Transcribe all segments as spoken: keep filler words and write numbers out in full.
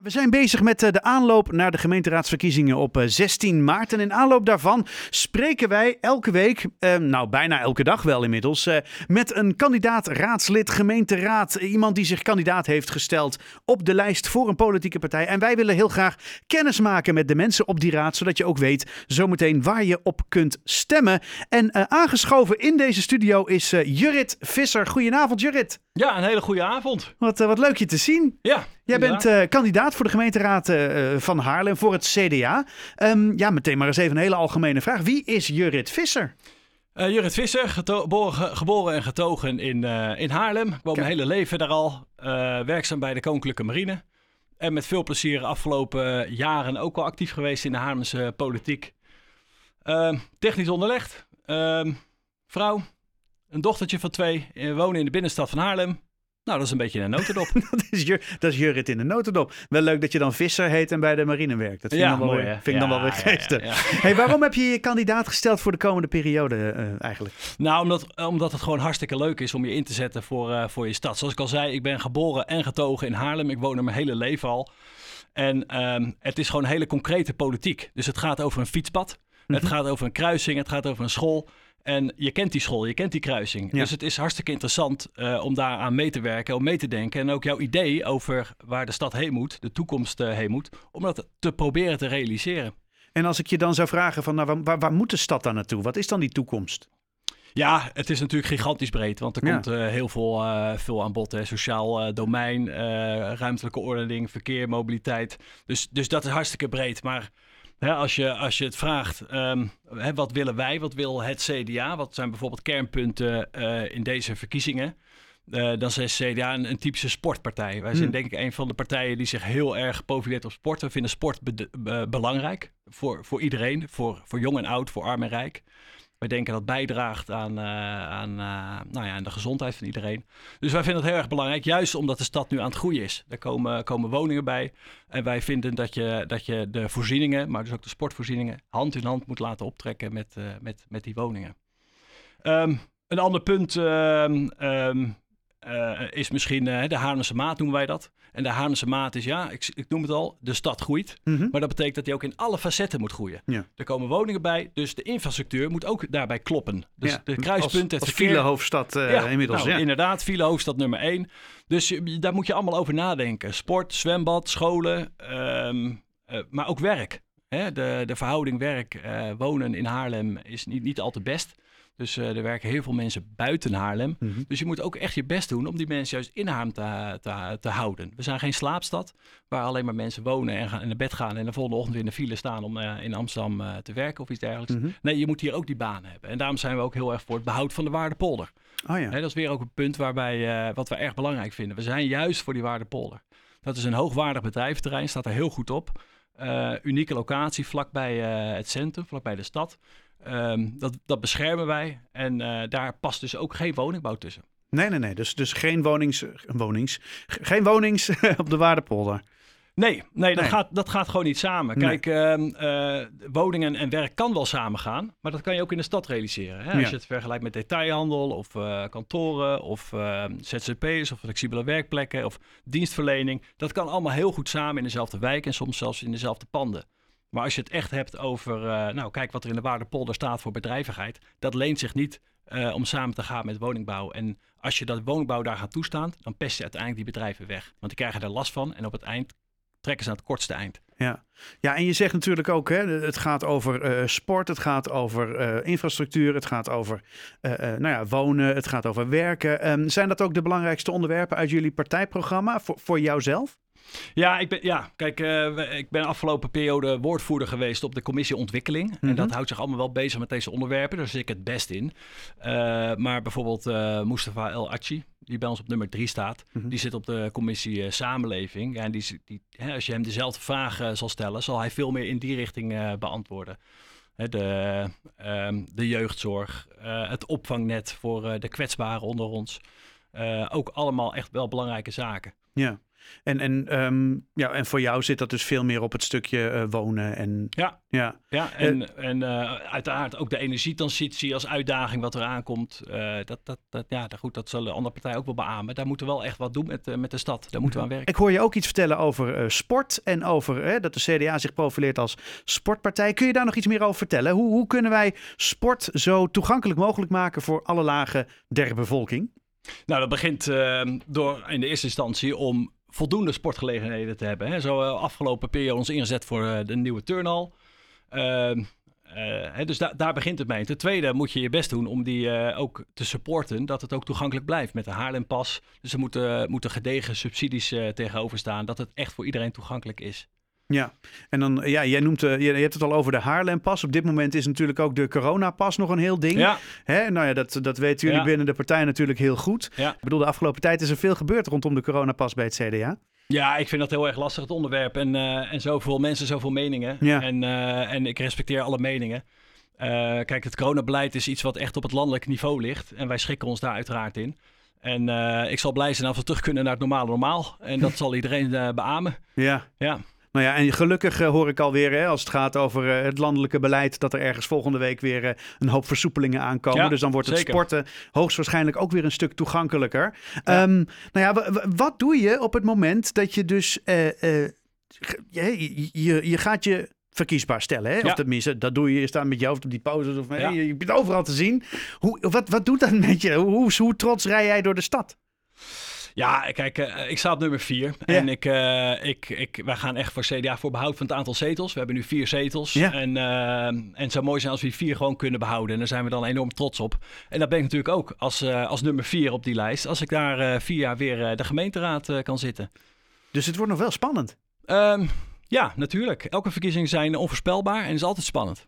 We zijn bezig met de aanloop naar de gemeenteraadsverkiezingen op zestien maart. En in aanloop daarvan spreken wij elke week, eh, nou bijna elke dag wel inmiddels, eh, met een kandidaat raadslid gemeenteraad. Iemand die zich kandidaat heeft gesteld op de lijst voor een politieke partij. En wij willen heel graag kennis maken met de mensen op die raad, zodat je ook weet zometeen waar je op kunt stemmen. En eh, aangeschoven in deze studio is uh, Jurrit Visser. Goedenavond, Jurrit. Ja, een hele goede avond. Wat, uh, wat leuk je te zien. Ja. Jij bent uh, kandidaat voor de gemeenteraad uh, van Haarlem voor het C D A. Um, ja, meteen maar eens even een hele algemene vraag. Wie is Jurrit Visser? Uh, Jurrit Visser, geboren, geboren en getogen in, uh, in Haarlem. Ik woon Kijk. mijn hele leven daar al. Uh, werkzaam bij de Koninklijke Marine. En met veel plezier de afgelopen jaren ook al actief geweest in de Haarlemse politiek. Uh, technisch onderlegd. Uh, vrouw. Een dochtertje van twee. Uh, wonen in de binnenstad van Haarlem. Nou, dat is een beetje een notendop. dat, is Jur, dat is Jurrit in de notendop. Wel leuk dat je dan Visser heet en bij de marine werkt. Dat vind ik Ja, dan wel mooi, weer, hè? vind ik Ja, dan wel weer ja, geestig. ja, ja. Hey, waarom heb je je kandidaat gesteld voor de komende periode uh, eigenlijk? Nou, omdat, omdat het gewoon hartstikke leuk is om je in te zetten voor, uh, voor je stad. Zoals ik al zei, ik ben geboren en getogen in Haarlem. Ik woon er mijn hele leven al. En um, het is gewoon hele concrete politiek. Dus het gaat over een fietspad. Mm-hmm. Het gaat over een kruising. Het gaat over een school. En je kent die school, je kent die kruising. Ja. Dus het is hartstikke interessant uh, om daaraan mee te werken, om mee te denken. En ook jouw idee over waar de stad heen moet, de toekomst uh, heen moet, om dat te proberen te realiseren. En als ik je dan zou vragen, van, nou, waar, waar, waar moet de stad dan naartoe? Wat is dan die toekomst? Ja, het is natuurlijk gigantisch breed, want er ja. komt uh, heel veel, uh, veel aan bod. Hè. Sociaal uh, domein, uh, ruimtelijke ordening, verkeer, mobiliteit. Dus, dus dat is hartstikke breed, maar... He, als, je, als je het vraagt, um, he, wat willen wij, wat wil het C D A? Wat zijn bijvoorbeeld kernpunten uh, in deze verkiezingen? Uh, dan is C D A een, een typische sportpartij. Wij zijn hmm. denk ik een van de partijen die zich heel erg profileert op sport. We vinden sport be- be- belangrijk voor, voor iedereen, voor, voor jong en oud, voor arm en rijk. Wij denken dat bijdraagt aan, uh, aan, uh, nou ja, aan de gezondheid van iedereen. Dus wij vinden het heel erg belangrijk, juist omdat de stad nu aan het groeien is. Er komen, komen woningen bij. En wij vinden dat je, dat je de voorzieningen, maar dus ook de sportvoorzieningen, hand in hand moet laten optrekken met, uh, met, met die woningen. Um, een ander punt um, um, uh, is misschien uh, de Haarlemse maat, noemen wij dat. En de Haarlemse maat is, ja, ik, ik noem het al, de stad groeit. Mm-hmm. Maar dat betekent dat die ook in alle facetten moet groeien. Ja. Er komen woningen bij, dus de infrastructuur moet ook daarbij kloppen. Dus ja, de kruispunten, het als verkeer... filehoofdstad uh, ja, inmiddels. Nou, ja. Inderdaad, filehoofdstad nummer één. Dus je, daar moet je allemaal over nadenken. Sport, zwembad, scholen, um, uh, maar ook werk. Hè? De, de verhouding werk, uh, wonen in Haarlem is niet, niet al te best. Dus uh, er werken heel veel mensen buiten Haarlem. Mm-hmm. Dus je moet ook echt je best doen om die mensen juist in Haarlem te, te, te houden. We zijn geen slaapstad waar alleen maar mensen wonen en, gaan, en naar bed gaan... en de volgende ochtend weer in de file staan om uh, in Amsterdam uh, te werken of iets dergelijks. Mm-hmm. Nee, je moet hier ook die banen hebben. En daarom zijn we ook heel erg voor het behoud van de Waardepolder. Oh ja. He, dat is weer ook een punt waarbij, uh, wat we erg belangrijk vinden. We zijn juist voor die Waardepolder. Dat is een hoogwaardig bedrijventerrein, staat er heel goed op. Uh, unieke locatie vlakbij uh, het centrum, vlakbij de stad... Um, dat, dat beschermen wij en uh, daar past dus ook geen woningbouw tussen. Nee, nee, nee. Dus, dus geen wonings, wonings, geen wonings op de Waardepolder. Nee, nee, dat, nee. Gaat, dat gaat gewoon niet samen. Nee. Kijk, uh, uh, woningen en werk kan wel samen gaan, maar dat kan je ook in de stad realiseren. Hè? Als ja. je het vergelijkt met detailhandel of uh, kantoren of uh, Z Z P's of flexibele werkplekken of dienstverlening. Dat kan allemaal heel goed samen in dezelfde wijk en soms zelfs in dezelfde panden. Maar als je het echt hebt over, uh, nou kijk wat er in de Waardepolder staat voor bedrijvigheid. Dat leent zich niet uh, om samen te gaan met woningbouw. En als je dat woningbouw daar gaat toestaan, dan pest je uiteindelijk die bedrijven weg. Want die krijgen er last van en op het eind trekken ze aan het kortste eind. Ja, ja en je zegt natuurlijk ook, hè, het gaat over uh, sport, het gaat over uh, infrastructuur, het gaat over uh, uh, nou ja, wonen, het gaat over werken. Um, zijn dat ook de belangrijkste onderwerpen uit jullie partijprogramma voor, voor jouzelf? Ja, ik ben, ja, kijk, uh, ik ben afgelopen periode woordvoerder geweest op de commissie ontwikkeling. Mm-hmm. En dat houdt zich allemaal wel bezig met deze onderwerpen. Daar zit ik het best in. Uh, maar bijvoorbeeld uh, Mustafa El Achi, die bij ons op nummer drie staat, mm-hmm. die zit op de commissie uh, samenleving. Ja, en die, die, hè, als je hem dezelfde vragen uh, zal stellen, zal hij veel meer in die richting uh, beantwoorden. Hè, de, uh, de jeugdzorg, uh, het opvangnet voor uh, de kwetsbaren onder ons. Uh, ook allemaal echt wel belangrijke zaken. Ja. En, en, um, ja, en voor jou zit dat dus veel meer op het stukje uh, wonen. En, ja. Ja. Ja, en, uh, en uh, uiteraard ook de energietransitie als uitdaging wat er aankomt. Uh, dat, dat, dat, ja, goed, dat zullen andere partijen ook wel beamen. Daar moeten we wel echt wat doen met, uh, met de stad. Daar moeten we aan werken. Ik hoor je ook iets vertellen over uh, sport en over uh, dat de C D A zich profileert als sportpartij. Kun je daar nog iets meer over vertellen? Hoe, hoe kunnen wij sport zo toegankelijk mogelijk maken voor alle lagen der bevolking? Nou, dat begint uh, door in de eerste instantie om voldoende sportgelegenheden te hebben. Hè. Zo uh, afgelopen periode ons ingezet voor uh, de nieuwe turnhal. Uh, uh, hè, dus da- daar begint het mee. Ten tweede moet je je best doen om die uh, ook te supporten, dat het ook toegankelijk blijft met de Haarlempas. Dus er moeten, moeten gedegen subsidies uh, tegenover staan, dat het echt voor iedereen toegankelijk is. Ja, en dan, ja, jij noemt, uh, je, je hebt het al over de Haarlempas. Op dit moment is natuurlijk ook de coronapas nog een heel ding. Ja. Hè? Nou ja, dat, dat weten jullie ja. binnen de partij natuurlijk heel goed. Ja. Ik bedoel, de afgelopen tijd is er veel gebeurd rondom de coronapas bij het C D A. Ja, ik vind dat heel erg lastig, het onderwerp. En, uh, en zoveel mensen, zoveel meningen. Ja. En, uh, en ik respecteer alle meningen. Uh, kijk, het coronabeleid is iets wat echt op het landelijk niveau ligt. En wij schikken ons daar uiteraard in. En uh, ik zal blij zijn als we terug kunnen naar het normale normaal. En dat zal iedereen uh, beamen. Ja. Ja. Nou ja, en gelukkig uh, hoor ik alweer, hè, als het gaat over uh, het landelijke beleid, dat er ergens volgende week weer uh, een hoop versoepelingen aankomen. Ja, dus dan wordt het zeker. sporten hoogstwaarschijnlijk ook weer een stuk toegankelijker. Ja. Um, nou ja, w- w- wat doe je op het moment dat je dus, uh, uh, je, je, je gaat je verkiesbaar stellen, hè? Ja. Of tenminste, dat doe je, je staat met je hoofd op die poses, of Ja. je, je bent overal te zien. Hoe, wat, wat doet dat met je? Hoe, hoe, hoe trots rij jij door de stad? Ja, kijk, uh, ik sta op nummer vier. Ja. En ik, uh, ik, ik, wij gaan echt voor C D A voor behoud van het aantal zetels. We hebben nu vier zetels. Ja. En, uh, en het zou mooi zijn als we die vier gewoon kunnen behouden. En daar zijn we dan enorm trots op. En dat ben ik natuurlijk ook als, uh, als nummer vier op die lijst. Als ik daar uh, vier jaar weer uh, de gemeenteraad uh, kan zitten. Dus het wordt nog wel spannend. Um, ja, natuurlijk. Elke verkiezingen zijn onvoorspelbaar en is altijd spannend.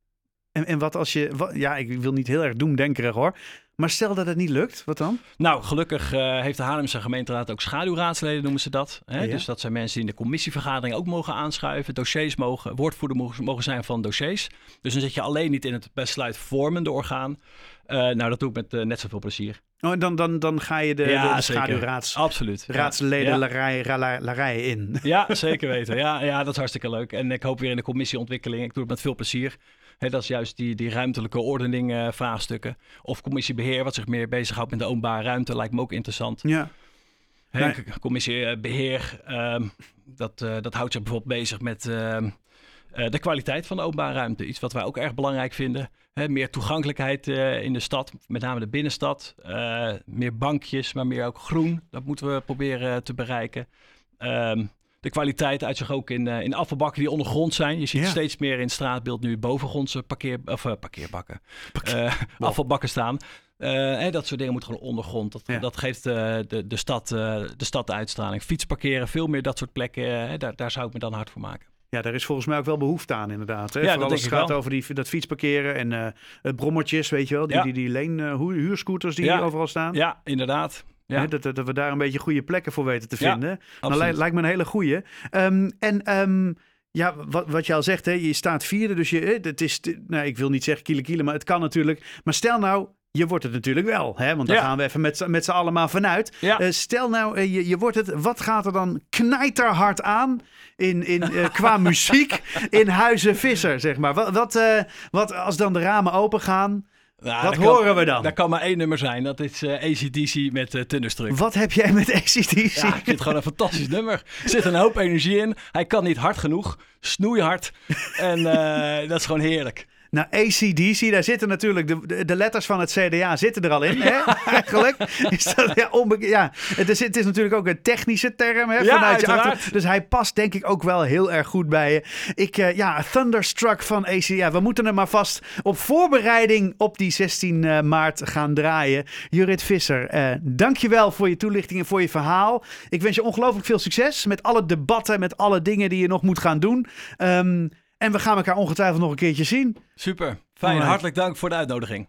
En, en wat als je... Wat, ja, ik wil niet heel erg doemdenkerig hoor. Maar stel dat het niet lukt, wat dan? Nou, gelukkig uh, heeft de Haarlemse gemeenteraad ook schaduwraadsleden, noemen ze dat. Hè? Ja. Dus dat zijn mensen die in de commissievergadering ook mogen aanschuiven. Dossiers mogen, woordvoerder mogen, mogen zijn van dossiers. Dus dan zit je alleen niet in het besluitvormende orgaan. Uh, nou, dat doe ik met uh, net zoveel plezier. Oh, dan, dan, dan ga je de, ja, de, de zeker. schaduwraads... Absoluut. raadsleden ja. larij, larij, larij in. Ja, zeker weten. Ja, ja, dat is hartstikke leuk. En ik hoop weer in de commissieontwikkeling. Ik doe het met veel plezier. He, dat is juist die, die ruimtelijke ordening uh, vraagstukken. Of commissiebeheer, wat zich meer bezighoudt met de openbare ruimte, lijkt me ook interessant. Ja. He, Nee. Commissiebeheer, um, dat, uh, dat houdt zich bijvoorbeeld bezig met uh, uh, de kwaliteit van de openbare ruimte. Iets wat wij ook erg belangrijk vinden. He, meer toegankelijkheid uh, in de stad, met name de binnenstad. Uh, meer bankjes, maar meer ook groen. Dat moeten we proberen te bereiken. Um, De kwaliteit uit zich ook in, uh, in afvalbakken die ondergrond zijn. Je ziet Ja. steeds meer in het straatbeeld nu bovengrondse parkeer, of, uh, parkeerbakken. Parkeer- Uh, Wow. afvalbakken staan. Uh, hè, dat soort dingen moeten gewoon ondergrond. Dat, Ja. dat geeft uh, de, de, stad, uh, de stad de uitstraling. Fietsparkeren, veel meer dat soort plekken. Uh, daar, daar zou ik me dan hard voor maken. Ja, daar is volgens mij ook wel behoefte aan inderdaad. Hè? Ja, Vooral dat als denk het ik gaat wel. over die, dat fietsparkeren en uh, het brommertjes, weet je wel. Die, Ja. die, die leen, uh, hu- huurscooters die Ja. hier overal staan. Ja, inderdaad. Ja, Hè, dat, dat dat we daar een beetje goede plekken voor weten te Ja, vinden. Nou, absoluut. lijkt, lijkt me een hele goeie. Um, en um, ja, wat, wat je al zegt, hè, je staat vierde. Dus je, hè, het is, nou, ik wil niet zeggen kiele kiele, maar het kan natuurlijk. Maar stel nou, je wordt het natuurlijk wel. Hè? Want daar Ja. gaan we even met, z'n- met z'n allen maar vanuit. Ja. Uh, stel nou, uh, je, je wordt het. Wat gaat er dan knijterhard aan in, in, uh, qua muziek in Huizen Visser, zeg maar? Wat, wat, uh, wat als dan de ramen open gaan? Nou, wat dat horen kan, we dan? Dat kan maar één nummer zijn. Dat is uh, A C D C met uh, Thunderstruck. Wat heb jij met A C D C? Ja, ik vind het gewoon een fantastisch nummer. Er zit een hoop energie in. Hij kan niet hard genoeg. Snoeihard. En uh, dat is gewoon heerlijk. Nou, A C D C, daar zitten natuurlijk de, de, de letters van het C D A zitten er al in, hè? Eigenlijk. Is dat, ja, onbeke- ja. Het, is, het is natuurlijk ook een technische term, hè? Ja, vanuit je uiteraard. achter. Dus hij past denk ik ook wel heel erg goed bij je. Ik, uh, ja, Thunderstruck van A C D C. Ja, we moeten hem maar vast op voorbereiding op die zestien maart gaan draaien. Jurrit Visser, uh, dankjewel voor je toelichting en voor je verhaal. Ik wens je ongelooflijk veel succes met alle debatten, met alle dingen die je nog moet gaan doen. Um, En we gaan elkaar ongetwijfeld nog een keertje zien. Super. Fijn. Alright. Hartelijk dank voor de uitnodiging.